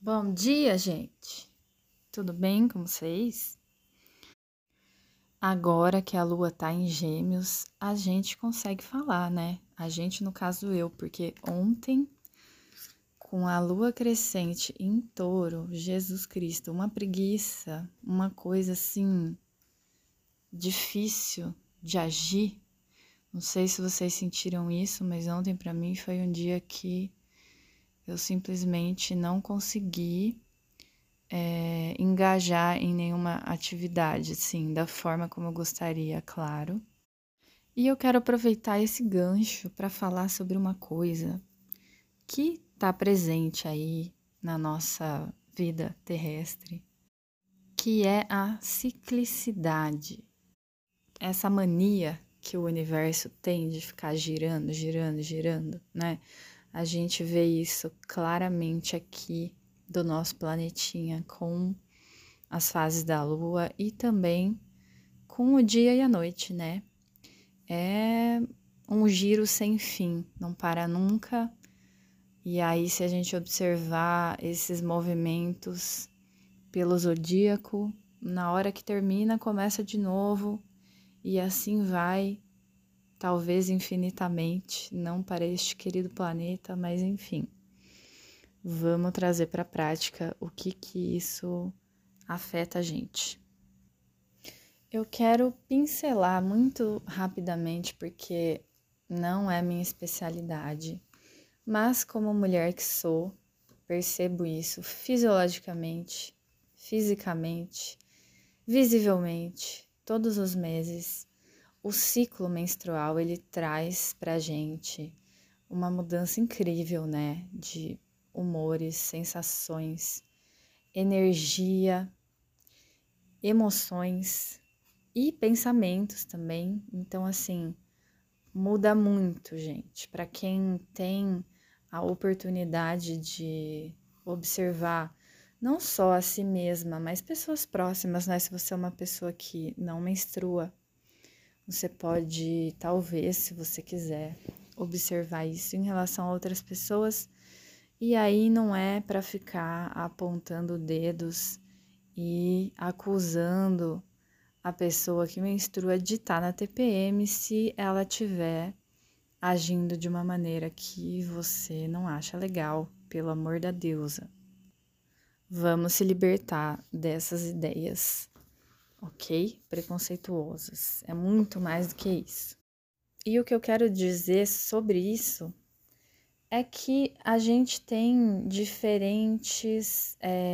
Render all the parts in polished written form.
Bom dia, gente! Tudo bem com vocês? Agora que a lua tá em Gêmeos, a gente consegue falar, né? A gente, no caso eu, porque ontem, com a lua crescente em Touro, Jesus Cristo, uma preguiça, uma coisa assim, difícil de agir. Não sei se vocês sentiram isso, mas ontem pra mim foi um dia que eu simplesmente não consegui engajar em nenhuma atividade, assim, da forma como eu gostaria, claro. E eu quero aproveitar esse gancho para falar sobre uma coisa que está presente aí na nossa vida terrestre, que é a ciclicidade. Essa mania que o universo tem de ficar girando, girando, girando, né? A gente vê isso claramente aqui do nosso planetinha com as fases da lua e também com o dia e a noite, né? É um giro sem fim, não para nunca. E aí, se a gente observar esses movimentos pelo zodíaco, na hora que termina, começa de novo, e assim vai, talvez infinitamente, não para este querido planeta, mas enfim. Vamos trazer para a prática o que isso afeta a gente. Eu quero pincelar muito rapidamente, porque não é minha especialidade, mas como mulher que sou, percebo isso fisiologicamente, fisicamente, visivelmente, todos os meses. O ciclo menstrual, ele traz pra gente uma mudança incrível, né? De humores, sensações, energia, emoções e pensamentos também. Então, assim, muda muito, gente. Para quem tem a oportunidade de observar não só a si mesma, mas pessoas próximas, né? Se você é uma pessoa que não menstrua, você pode, talvez, se você quiser, observar isso em relação a outras pessoas. E aí não é para ficar apontando dedos e acusando a pessoa que menstrua de estar na TPM se ela tiver agindo de uma maneira que você não acha legal, pelo amor da deusa. Vamos se libertar dessas ideias, ok? Preconceituosas. É muito mais do que isso. E o que eu quero dizer sobre isso é que a gente tem diferentes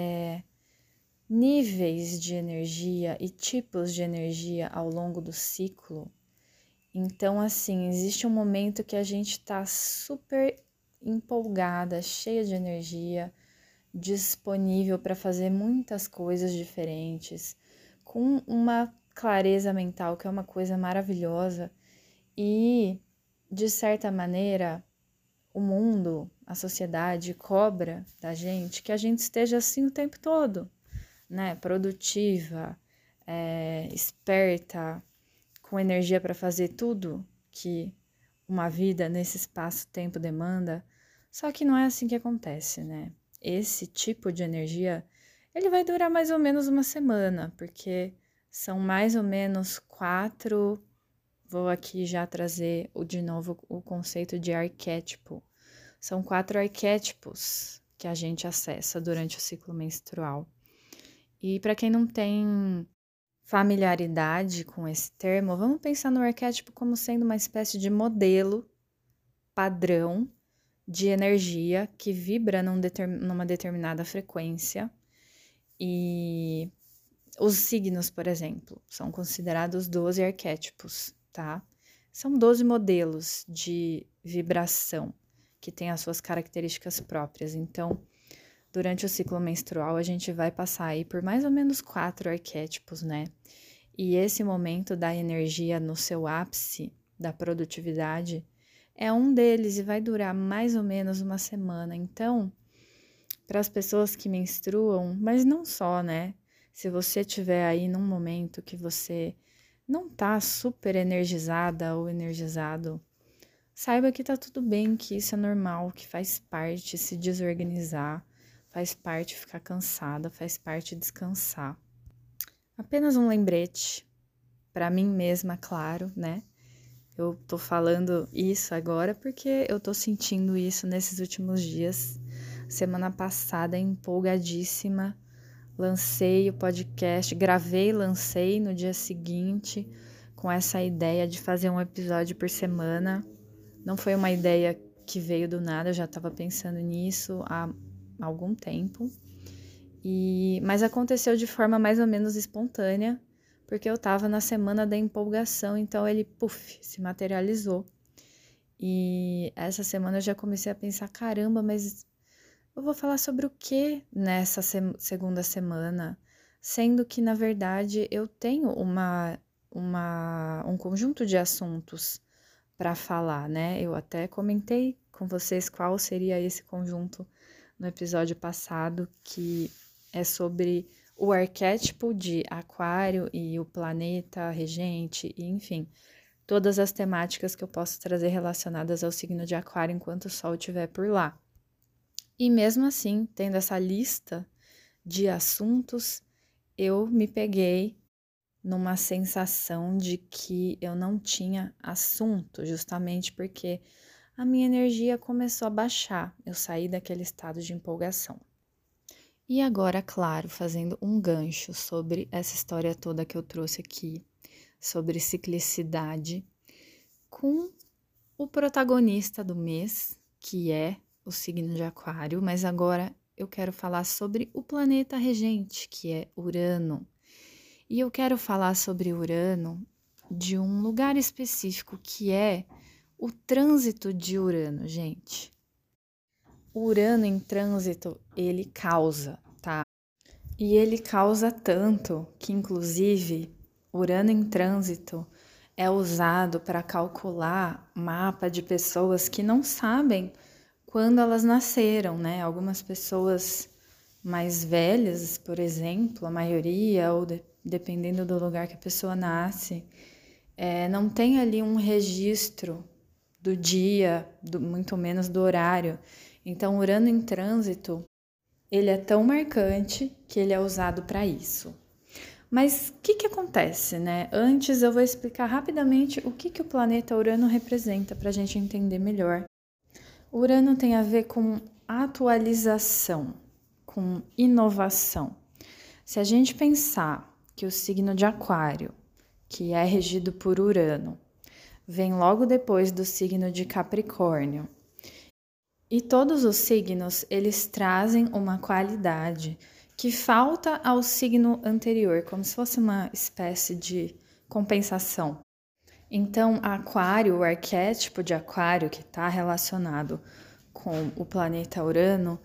níveis de energia e tipos de energia ao longo do ciclo. Então, assim, existe um momento que a gente tá super empolgada, cheia de energia, disponível para fazer muitas coisas diferentes, com uma clareza mental, que é uma coisa maravilhosa, e, de certa maneira, o mundo, a sociedade cobra da gente que a gente esteja assim o tempo todo, né? Produtiva, esperta, com energia para fazer tudo que uma vida nesse espaço-tempo demanda. Só que não é assim que acontece, né? Esse tipo de energia, ele vai durar mais ou menos uma semana, porque são mais ou menos 4. Vou aqui já trazer de novo o conceito de arquétipo. São 4 arquétipos que a gente acessa durante o ciclo menstrual. E para quem não tem familiaridade com esse termo, vamos pensar no arquétipo como sendo uma espécie de modelo padrão de energia que vibra numa determinada frequência. E os signos, por exemplo, são considerados 12 arquétipos, tá? São 12 modelos de vibração que têm as suas características próprias. Então, durante o ciclo menstrual, a gente vai passar aí por mais ou menos 4 arquétipos, né? E esse momento da energia no seu ápice, da produtividade, é um deles e vai durar mais ou menos uma semana. Então, para as pessoas que menstruam, mas não só, né? Se você tiver aí num momento que você não tá super energizada ou energizado, saiba que tá tudo bem, que isso é normal, que faz parte se desorganizar, faz parte ficar cansada, faz parte descansar. Apenas um lembrete para mim mesma, claro, né? Eu tô falando isso agora porque eu tô sentindo isso nesses últimos dias. Semana passada, empolgadíssima, lancei o podcast, gravei e lancei no dia seguinte, com essa ideia de fazer um episódio por semana. Não foi uma ideia que veio do nada, eu já estava pensando nisso há algum tempo. Mas aconteceu de forma mais ou menos espontânea, porque eu estava na semana da empolgação, então ele, se materializou. E essa semana eu já comecei a pensar, caramba, mas eu vou falar sobre o que nessa segunda semana? Sendo que, na verdade, eu tenho um conjunto de assuntos para falar, né? Eu até comentei com vocês qual seria esse conjunto no episódio passado, que é sobre o arquétipo de Aquário e o planeta regente, e enfim, todas as temáticas que eu posso trazer relacionadas ao signo de Aquário enquanto o Sol estiver por lá. E mesmo assim, tendo essa lista de assuntos, eu me peguei numa sensação de que eu não tinha assunto, justamente porque a minha energia começou a baixar. Eu saí daquele estado de empolgação. E agora, claro, fazendo um gancho sobre essa história toda que eu trouxe aqui, sobre ciclicidade, com o protagonista do mês, que é o signo de Aquário, mas agora eu quero falar sobre o planeta regente, que é Urano. E eu quero falar sobre Urano de um lugar específico, que é o trânsito de Urano, gente. O Urano em trânsito, ele causa, tá? E ele causa tanto que, inclusive, Urano em trânsito é usado para calcular mapa de pessoas que não sabem quando elas nasceram, né? Algumas pessoas mais velhas, por exemplo, a maioria, ou dependendo do lugar que a pessoa nasce, não tem ali um registro do dia, muito menos do horário. Então, Urano em trânsito, ele é tão marcante que ele é usado para isso. Mas o que acontece, né? Antes eu vou explicar rapidamente o que o planeta Urano representa para a gente entender melhor. Urano tem a ver com atualização, com inovação. Se a gente pensar que o signo de Aquário, que é regido por Urano, vem logo depois do signo de Capricórnio, e todos os signos, eles trazem uma qualidade que falta ao signo anterior, como se fosse uma espécie de compensação. Então, Aquário, o arquétipo de Aquário, que está relacionado com o planeta Urano,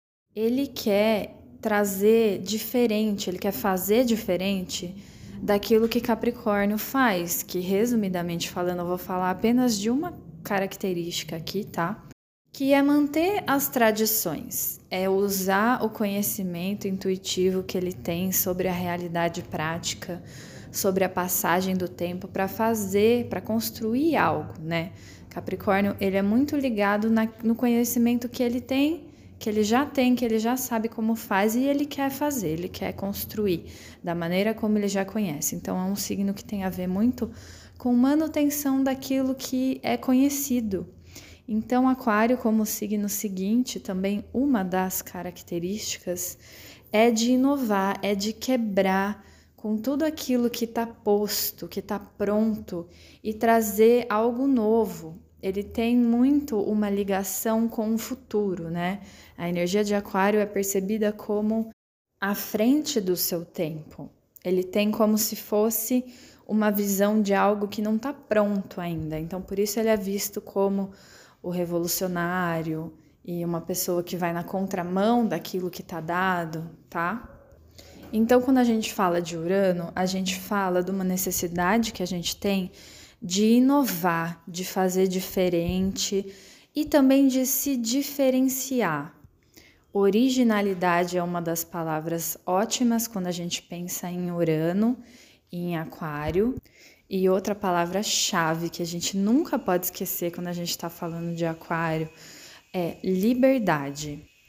ele quer trazer diferente, ele quer fazer diferente daquilo que Capricórnio faz, que resumidamente falando, eu vou falar apenas de uma característica aqui, tá? Que é manter as tradições, é usar o conhecimento intuitivo que ele tem sobre a realidade prática, sobre a passagem do tempo para fazer, para construir algo, né? Capricórnio, ele é muito ligado no conhecimento que ele tem, que ele já sabe como faz e ele quer fazer, ele quer construir da maneira como ele já conhece. Então, é um signo que tem a ver muito com manutenção daquilo que é conhecido. Então, Aquário, como signo seguinte, também uma das características é de inovar, é de quebrar com tudo aquilo que está posto, que está pronto e trazer algo novo. Ele tem muito uma ligação com o futuro, né? A energia de Aquário é percebida como à frente do seu tempo. Ele tem como se fosse uma visão de algo que não está pronto ainda. Então, por isso ele é visto como o revolucionário e uma pessoa que vai na contramão daquilo que está dado, tá? Então, quando a gente fala de Urano, a gente fala de uma necessidade que a gente tem de inovar, de fazer diferente e também de se diferenciar. Originalidade é uma das palavras ótimas quando a gente pensa em Urano e em Aquário. E outra palavra-chave que a gente nunca pode esquecer quando a gente está falando de Aquário é liberdade.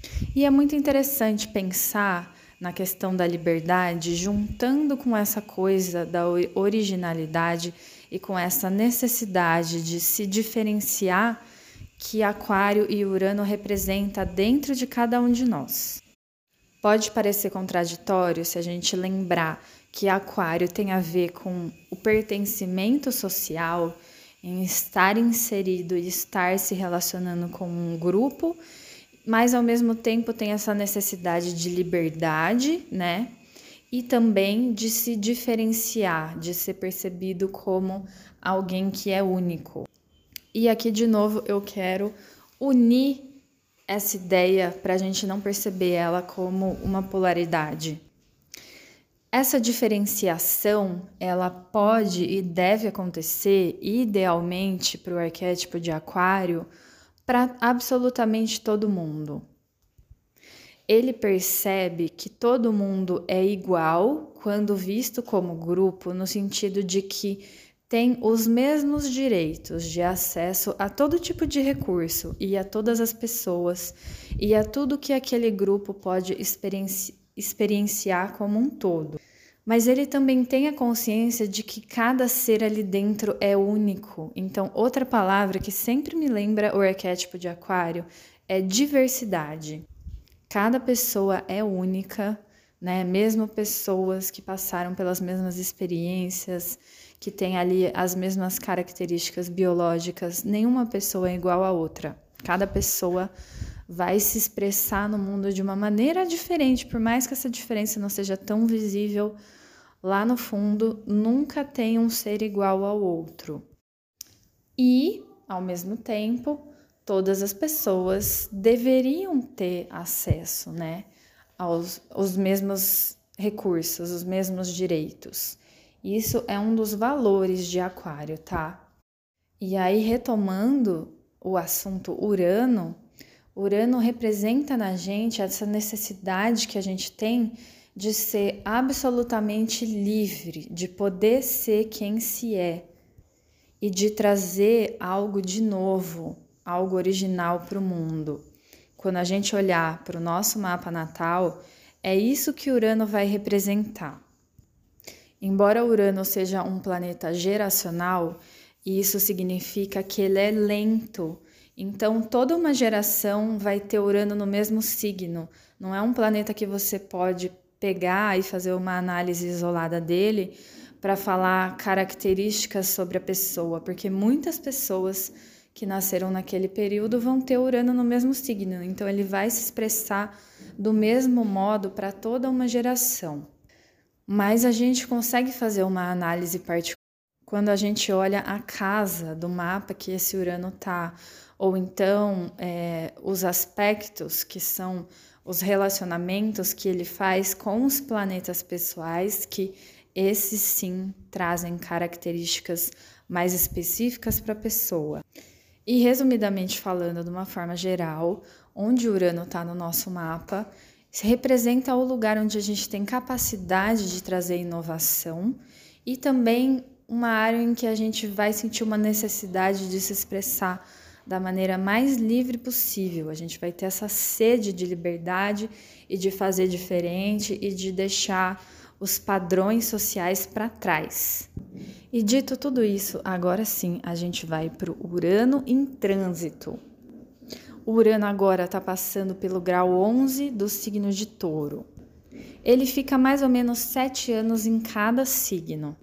E é muito interessante pensar na questão da liberdade, juntando com essa coisa da originalidade e com essa necessidade de se diferenciar que Aquário e Urano representa dentro de cada um de nós. Pode parecer contraditório se a gente lembrar que Aquário tem a ver com o pertencimento social, em estar inserido e estar se relacionando com um grupo, mas ao mesmo tempo tem essa necessidade de liberdade, né? E também de se diferenciar, de ser percebido como alguém que é único. E aqui de novo eu quero unir essa ideia para a gente não perceber ela como uma polaridade. Essa diferenciação, ela pode e deve acontecer idealmente para o arquétipo de Aquário para absolutamente todo mundo. Ele percebe que todo mundo é igual quando visto como grupo, no sentido de que tem os mesmos direitos de acesso a todo tipo de recurso e a todas as pessoas e a tudo que aquele grupo pode experienciar como um todo. Mas ele também tem a consciência de que cada ser ali dentro é único. Então, outra palavra que sempre me lembra o arquétipo de Aquário é diversidade. Cada pessoa é única, né? Mesmo pessoas que passaram pelas mesmas experiências, que têm ali as mesmas características biológicas, nenhuma pessoa é igual a outra. Cada pessoa vai se expressar no mundo de uma maneira diferente, por mais que essa diferença não seja tão visível, lá no fundo nunca tem um ser igual ao outro. E, ao mesmo tempo, todas as pessoas deveriam ter acesso, né, aos mesmos recursos, os mesmos direitos. Isso é um dos valores de Aquário, tá? E aí, retomando o assunto Urano, Urano representa na gente essa necessidade que a gente tem de ser absolutamente livre, de poder ser quem se é e de trazer algo de novo, algo original para o mundo. Quando a gente olhar para o nosso mapa natal, é isso que Urano vai representar. Embora Urano seja um planeta geracional, isso significa que ele é lento. Então, toda uma geração vai ter Urano no mesmo signo. Não é um planeta que você pode pegar e fazer uma análise isolada dele para falar características sobre a pessoa, porque muitas pessoas que nasceram naquele período vão ter Urano no mesmo signo. Então, ele vai se expressar do mesmo modo para toda uma geração. Mas a gente consegue fazer uma análise particular quando a gente olha a casa do mapa que esse Urano está, ou então os aspectos que são os relacionamentos que ele faz com os planetas pessoais, que esses sim trazem características mais específicas para a pessoa. E resumidamente falando, de uma forma geral, onde Urano está no nosso mapa, representa o lugar onde a gente tem capacidade de trazer inovação e também uma área em que a gente vai sentir uma necessidade de se expressar da maneira mais livre possível. A gente vai ter essa sede de liberdade e de fazer diferente e de deixar os padrões sociais para trás. E dito tudo isso, agora sim a gente vai para o Urano em trânsito. O Urano agora está passando pelo grau 11 do signo de Touro. Ele fica mais ou menos 7 anos em cada signo.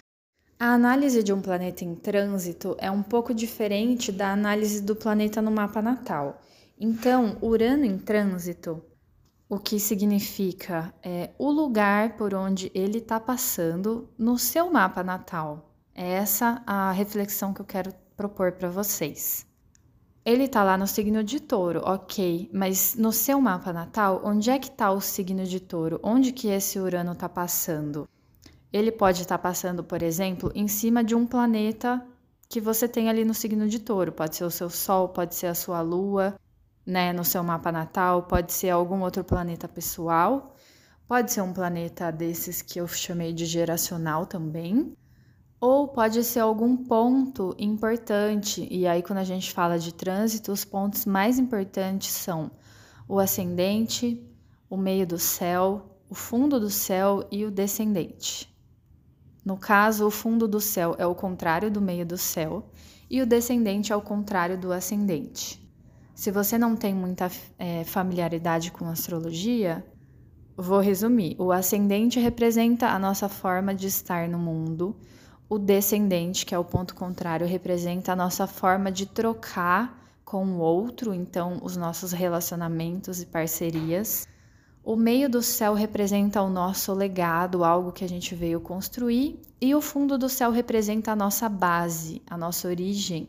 A análise de um planeta em trânsito é um pouco diferente da análise do planeta no mapa natal. Então, Urano em trânsito, o que significa o lugar por onde ele está passando no seu mapa natal. É essa a reflexão que eu quero propor para vocês. Ele está lá no signo de Touro, ok, mas no seu mapa natal, onde é que está o signo de Touro? Onde que esse Urano está passando? Ele pode estar passando, por exemplo, em cima de um planeta que você tem ali no signo de Touro. Pode ser o seu Sol, pode ser a sua Lua, né, no seu mapa natal, pode ser algum outro planeta pessoal, pode ser um planeta desses que eu chamei de geracional também, ou pode ser algum ponto importante. E aí, quando a gente fala de trânsito, os pontos mais importantes são o ascendente, o meio do céu, o fundo do céu e o descendente. No caso, o fundo do céu é o contrário do meio do céu e o descendente é o contrário do ascendente. Se você não tem muita familiaridade com astrologia, vou resumir. O ascendente representa a nossa forma de estar no mundo. O descendente, que é o ponto contrário, representa a nossa forma de trocar com o outro, então os nossos relacionamentos e parcerias. O meio do céu representa o nosso legado, algo que a gente veio construir, e o fundo do céu representa a nossa base, a nossa origem.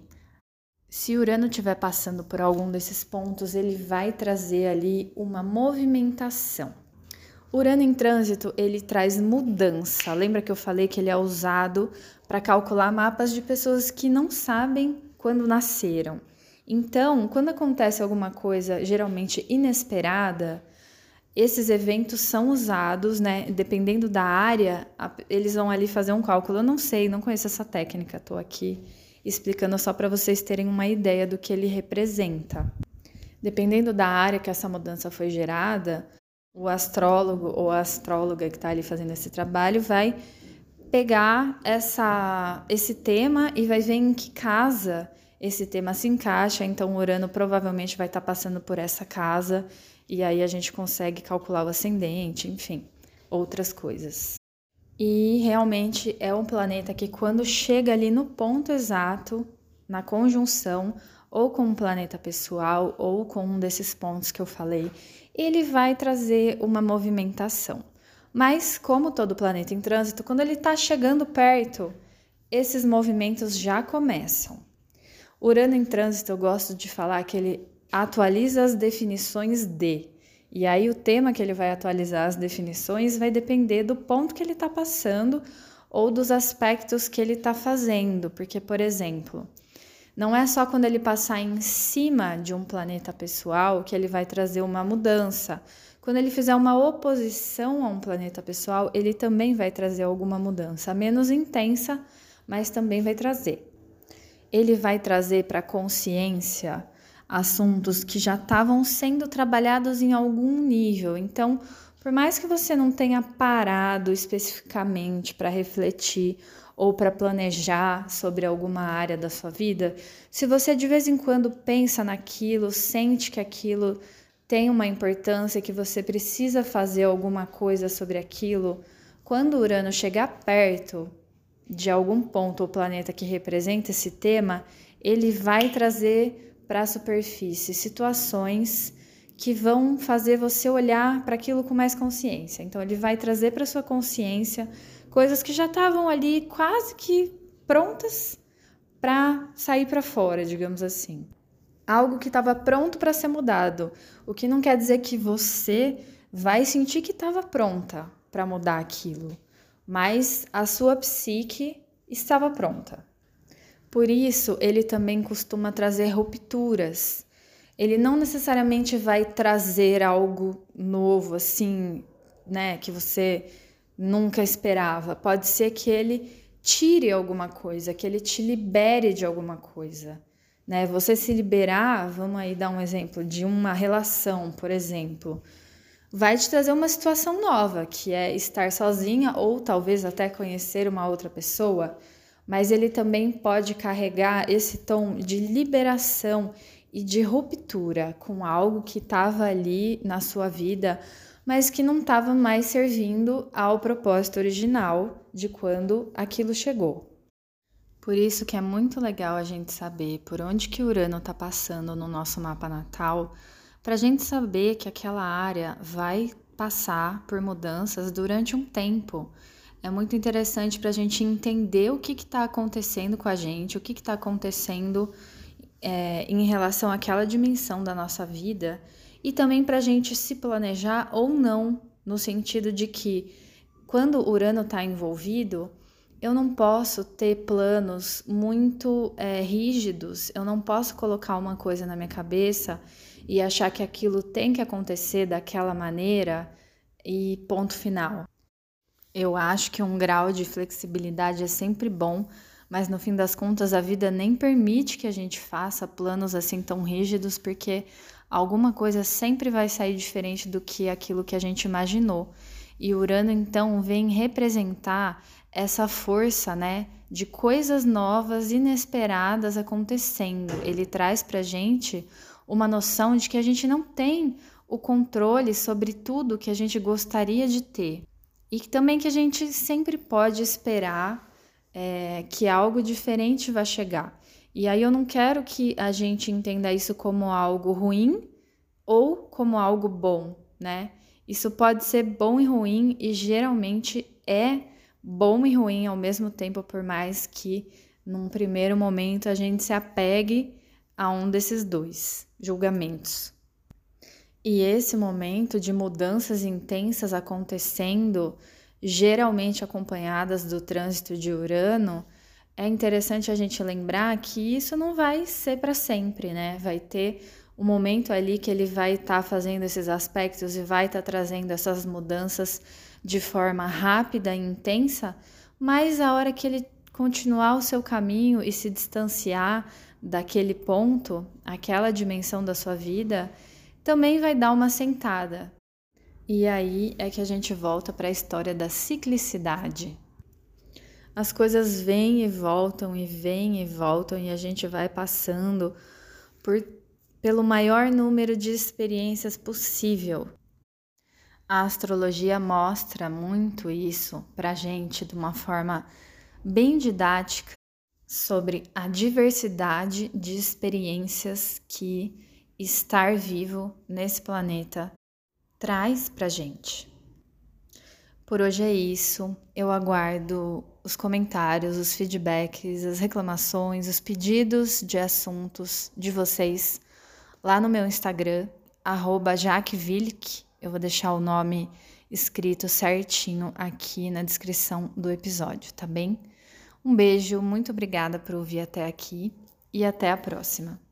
Se Urano estiver passando por algum desses pontos, ele vai trazer ali uma movimentação. Urano em trânsito, ele traz mudança. Lembra que eu falei que ele é usado para calcular mapas de pessoas que não sabem quando nasceram. Então, quando acontece alguma coisa geralmente inesperada, esses eventos são usados, né? Dependendo da área, eles vão ali fazer um cálculo. Eu não sei, não conheço essa técnica, estou aqui explicando só para vocês terem uma ideia do que ele representa. Dependendo da área que essa mudança foi gerada, o astrólogo ou a astróloga que está ali fazendo esse trabalho vai pegar esse tema e vai ver em que casa esse tema se encaixa. Então, o Urano provavelmente vai estar passando por essa casa e aí a gente consegue calcular o ascendente, enfim, outras coisas. E realmente é um planeta que quando chega ali no ponto exato, na conjunção, ou com um planeta pessoal, ou com um desses pontos que eu falei, ele vai trazer uma movimentação. Mas, como todo planeta em trânsito, quando ele está chegando perto, esses movimentos já começam. Urano em trânsito, eu gosto de falar que ele atualiza as definições de. E aí o tema que ele vai atualizar as definições vai depender do ponto que ele está passando ou dos aspectos que ele está fazendo. Porque, por exemplo, não é só quando ele passar em cima de um planeta pessoal que ele vai trazer uma mudança. Quando ele fizer uma oposição a um planeta pessoal, ele também vai trazer alguma mudança, menos intensa, mas também vai trazer. Ele vai trazer para a consciência assuntos que já estavam sendo trabalhados em algum nível. Então, por mais que você não tenha parado especificamente para refletir ou para planejar sobre alguma área da sua vida, se você de vez em quando pensa naquilo, sente que aquilo tem uma importância, que você precisa fazer alguma coisa sobre aquilo, quando o Urano chegar perto de algum ponto ou planeta que representa esse tema, ele vai trazer para a superfície situações que vão fazer você olhar para aquilo com mais consciência. Então, ele vai trazer para sua consciência coisas que já estavam ali quase que prontas para sair para fora, digamos assim. Algo que estava pronto para ser mudado, o que não quer dizer que você vai sentir que estava pronta para mudar aquilo, mas a sua psique estava pronta. Por isso, ele também costuma trazer rupturas. Ele não necessariamente vai trazer algo novo, assim, né, que você nunca esperava. Pode ser que ele tire alguma coisa, que ele te libere de alguma coisa, né? Você se liberar, vamos aí dar um exemplo de uma relação, por exemplo, vai te trazer uma situação nova, que é estar sozinha ou talvez até conhecer uma outra pessoa, mas ele também pode carregar esse tom de liberação e de ruptura com algo que estava ali na sua vida, mas que não estava mais servindo ao propósito original de quando aquilo chegou. Por isso que é muito legal a gente saber por onde que Urano está passando no nosso mapa natal, para a gente saber que aquela área vai passar por mudanças durante um tempo. É muito interessante para a gente entender o que está acontecendo com a gente, o que está acontecendo em relação àquela dimensão da nossa vida e também para a gente se planejar ou não, no sentido de que quando o Urano está envolvido, eu não posso ter planos muito rígidos, eu não posso colocar uma coisa na minha cabeça e achar que aquilo tem que acontecer daquela maneira e ponto final. Eu acho que um grau de flexibilidade é sempre bom, mas no fim das contas a vida nem permite que a gente faça planos assim tão rígidos, porque alguma coisa sempre vai sair diferente do que aquilo que a gente imaginou. E Urano então vem representar essa força, né, de coisas novas, inesperadas acontecendo. Ele traz pra gente uma noção de que a gente não tem o controle sobre tudo que a gente gostaria de ter. E também que a gente sempre pode esperar que algo diferente vai chegar. E aí eu não quero que a gente entenda isso como algo ruim ou como algo bom, né? Isso pode ser bom e ruim e geralmente é bom e ruim ao mesmo tempo, por mais que num primeiro momento a gente se apegue a um desses dois julgamentos. E esse momento de mudanças intensas acontecendo, geralmente acompanhadas do trânsito de Urano, é interessante a gente lembrar que isso não vai ser para sempre, né? Vai ter um momento ali que ele vai estar fazendo esses aspectos e vai estar trazendo essas mudanças de forma rápida e intensa, mas a hora que ele continuar o seu caminho e se distanciar daquele ponto, aquela dimensão da sua vida, também vai dar uma sentada. E aí é que a gente volta para a história da ciclicidade. As coisas vêm e voltam e vêm e voltam e a gente vai passando pelo maior número de experiências possível. A astrologia mostra muito isso para a gente de uma forma bem didática sobre a diversidade de experiências que estar vivo nesse planeta traz pra gente. Por hoje é isso. Eu aguardo os comentários, os feedbacks, as reclamações, os pedidos de assuntos de vocês lá no meu Instagram, @jaquevilk. Eu vou deixar o nome escrito certinho aqui na descrição do episódio, tá bem? Um beijo, muito obrigada por ouvir até aqui e até a próxima.